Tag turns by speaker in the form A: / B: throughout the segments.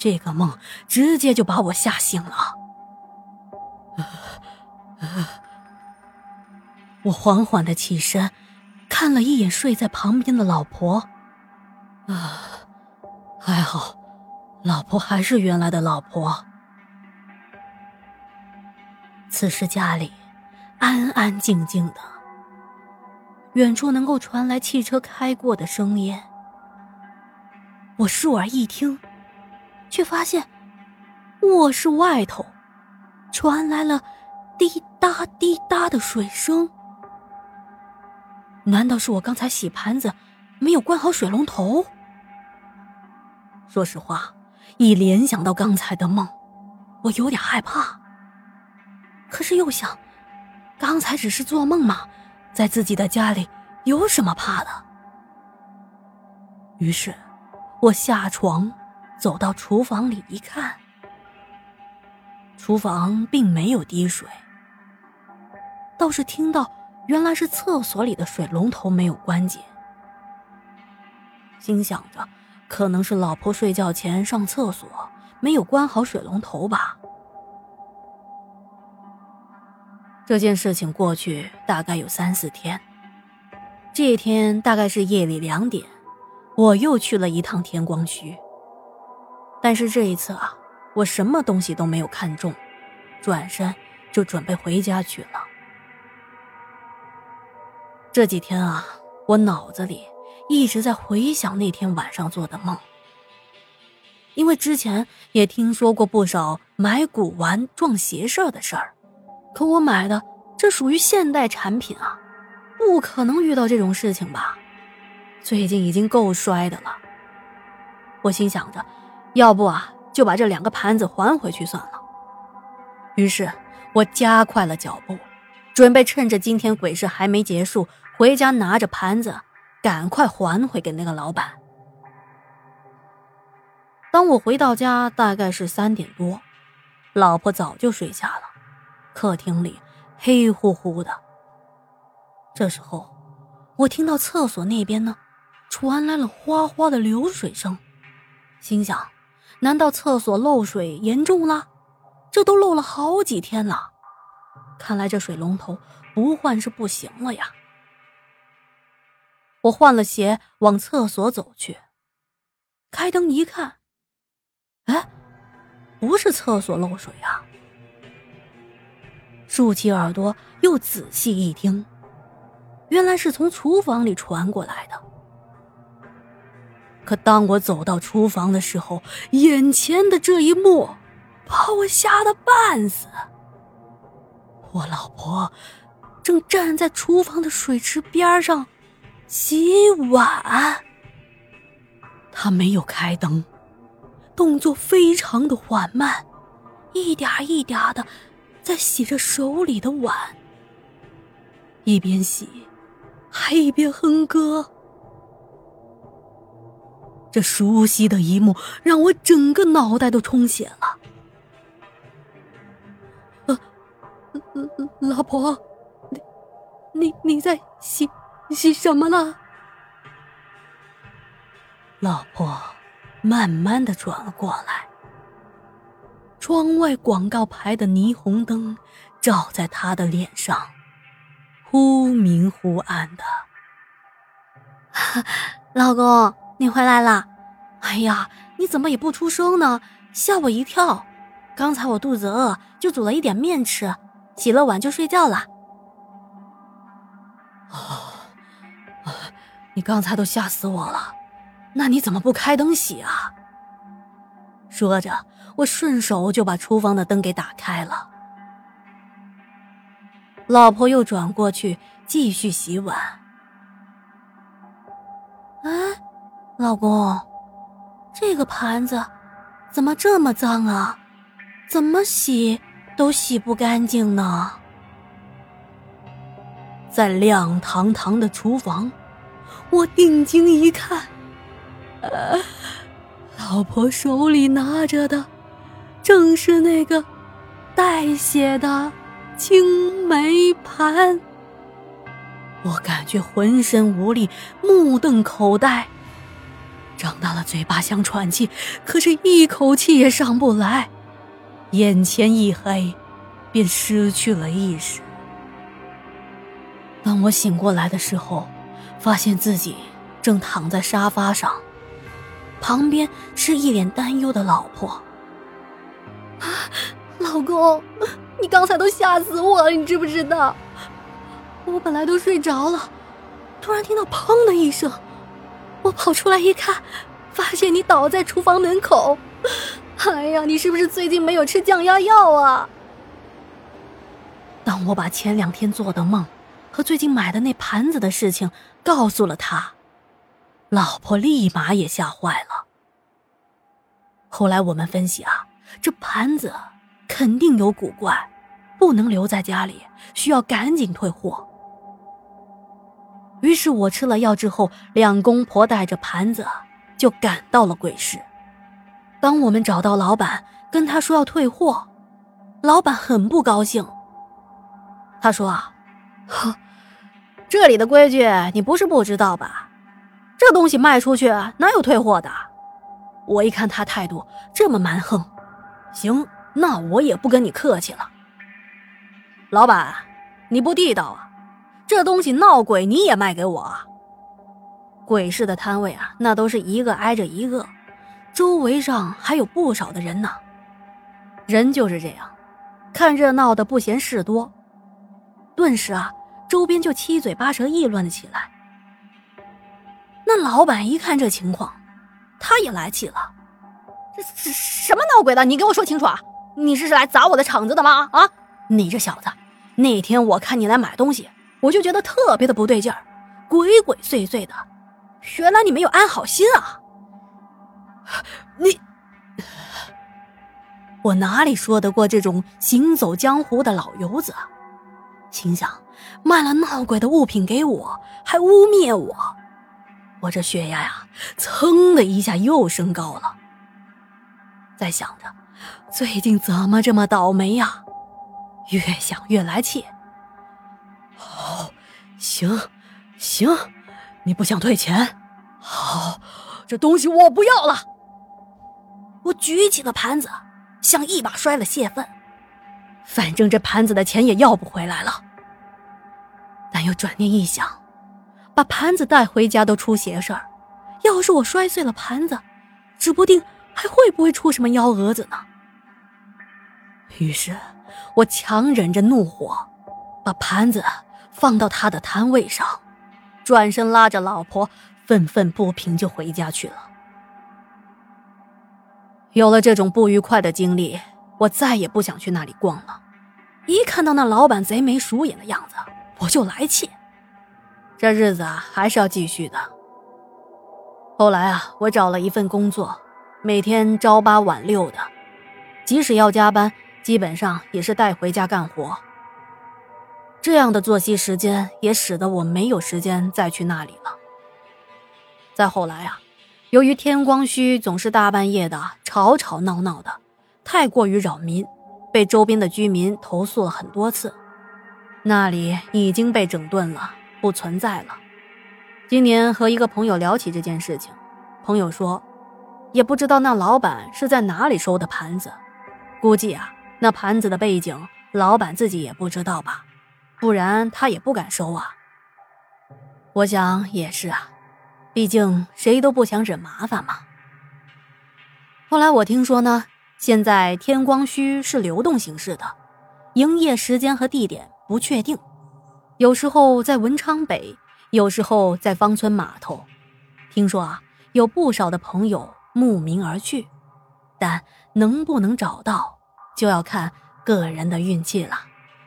A: 这个梦直接就把我吓醒了。我缓缓地起身，看了一眼睡在旁边的老婆。还好，老婆还是原来的老婆。此时家里安安静静的，远处能够传来汽车开过的声音。我竖耳一听，却发现卧室外头传来了滴答滴答的水声。难道是我刚才洗盘子没有关好水龙头？说实话，一联想到刚才的梦，我有点害怕。可是又想，刚才只是做梦嘛，在自己的家里有什么怕的？于是我下床走到厨房里一看，厨房并没有滴水，倒是听到原来是厕所里的水龙头没有关紧。心想着可能是老婆睡觉前上厕所没有关好水龙头吧。这件事情过去大概有3-4天，这一天大概是夜里2点，我又去了一趟天光墟。但是这一次我什么东西都没有看中，转身就准备回家去了。这几天我脑子里一直在回想那天晚上做的梦。因为之前也听说过不少买古玩撞邪事的事儿，可我买的这属于现代产品不可能遇到这种事情吧？最近已经够衰的了。我心想着，要不就把这2个盘子还回去算了。于是我加快了脚步，准备趁着今天鬼市还没结束，回家拿着盘子赶快还回给那个老板。当我回到家大概是3点多，老婆早就睡下了，客厅里黑乎乎的。这时候我听到厕所那边呢传来了哗哗的流水声，心想难道厕所漏水严重了？这都漏了好几天了，看来这水龙头不换是不行了呀。我换了鞋往厕所走去，开灯一看，不是厕所漏水竖起耳朵又仔细一听，原来是从厨房里传过来的。可当我走到厨房的时候，眼前的这一幕把我吓得半死。我老婆正站在厨房的水池边上洗碗，她没有开灯，动作非常的缓慢，一点一点的在洗着手里的碗，一边洗还一边哼歌。这熟悉的一幕让我整个脑袋都充血了。老婆，你在洗什么了？老婆慢慢的转了过来，窗外广告牌的霓虹灯照在她的脸上，忽明忽暗的。老公，你回来啦！哎呀，你怎么也不出声呢？吓我一跳。刚才我肚子饿，就煮了一点面吃，洗了碗就睡觉了。你刚才都吓死我了，那你怎么不开灯洗啊？说着，我顺手就把厨房的灯给打开了。老婆又转过去继续洗碗。老公，这个盘子怎么这么脏啊？怎么洗都洗不干净呢？在亮堂堂的厨房，我定睛一看，老婆手里拿着的正是那个带血的青梅盘。我感觉浑身无力，目瞪口呆。 张大了嘴巴想喘气，可是一口气也上不来，眼前一黑，便失去了意识。当我醒过来的时候，发现自己正躺在沙发上，旁边是一脸担忧的老婆。老公，你刚才都吓死我了，你知不知道？我本来都睡着了，突然听到砰的一声，我跑出来一看，发现你倒在厨房门口。哎呀，你是不是最近没有吃降压药啊？当我把前2天做的梦和最近买的那盘子的事情告诉了他，老婆立马也吓坏了。后来我们分析啊，这盘子肯定有古怪，不能留在家里，需要赶紧退货。于是我吃了药之后，2公婆带着盘子就赶到了贵市。当我们找到老板，跟他说要退货，老板很不高兴。他说啊，这里的规矩你不是不知道吧？这东西卖出去哪有退货的？我一看他态度这么蛮横，行，那我也不跟你客气了。老板，你不地道啊，这东西闹鬼你也卖给我啊？鬼市的摊位啊，那都是一个挨着一个，周围上还有不少的人呢。人就是这样，看热闹的不嫌事多。顿时啊，周边就七嘴八舌议论了起来。那老板一看这情况，他也来气了。这什么闹鬼的？你给我说清楚啊！你是来砸我的场子的吗？啊！你这小子，那天我看你来买东西，我就觉得特别的不对劲儿，鬼鬼祟祟的。原来你没有安好心啊！我哪里说得过这种行走江湖的老油子啊？心想，卖了闹鬼的物品给我，还污蔑我，我这血压呀，噌的一下又升高了。在想着最近怎么这么倒霉呀，越想越来气。行，你不想退钱？好，这东西我不要了。我举起了盘子，想一把摔了泄愤，反正这盘子的钱也要不回来了。但又转念一想，把盘子带回家都出邪事儿，要是我摔碎了盘子，指不定还会不会出什么幺蛾子呢。于是我强忍着怒火，把盘子放到他的摊位上，转身拉着老婆愤愤不平就回家去了。有了这种不愉快的经历，我再也不想去那里逛了。一看到那老板贼眉鼠眼的样子，我就来气。这日子啊，还是要继续的。后来啊，我找了一份工作，每天朝8晚6的，即使要加班，基本上也是带回家干活。这样的作息时间也使得我没有时间再去那里了。再后来啊，由于天光墟总是大半夜的吵吵闹闹的，太过于扰民，被周边的居民投诉了很多次。那里已经被整顿了，不存在了。今年和一个朋友聊起这件事情，朋友说也不知道那老板是在哪里收的盘子，估计啊，那盘子的背景老板自己也不知道吧，不然他也不敢收啊。我想也是啊，毕竟谁都不想惹麻烦嘛。后来我听说呢，现在天光墟是流动形式的，营业时间和地点不确定，有时候在文昌北，有时候在芳村码头。听说啊，有不少的朋友慕名而去，但能不能找到，就要看个人的运气了。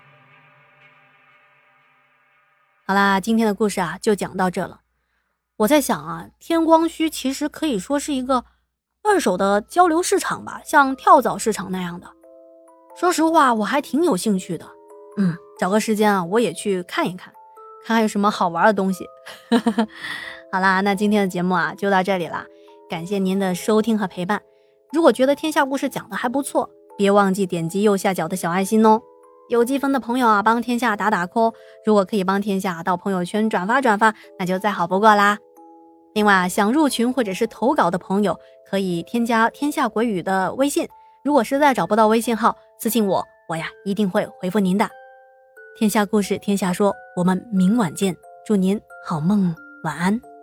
A: 好啦，今天的故事啊，就讲到这了。我在想啊，天光墟其实可以说是一个二手的交流市场吧，像跳蚤市场那样的。说实话，我还挺有兴趣的。找个时间啊，我也去看一看，看看有什么好玩的东西。好啦，那今天的节目啊，就到这里啦。感谢您的收听和陪伴。如果觉得天下故事讲的还不错，别忘记点击右下角的小爱心哦。有积分的朋友啊，帮天下打打 call，如果可以帮天下到朋友圈转发，那就再好不过啦。 另外想入群或者是投稿的朋友，可以添加天下鬼语的微信，如果实在找不到微信号，私信我呀一定会回复您的。天下故事天下说，我们明晚见，祝您好梦，晚安。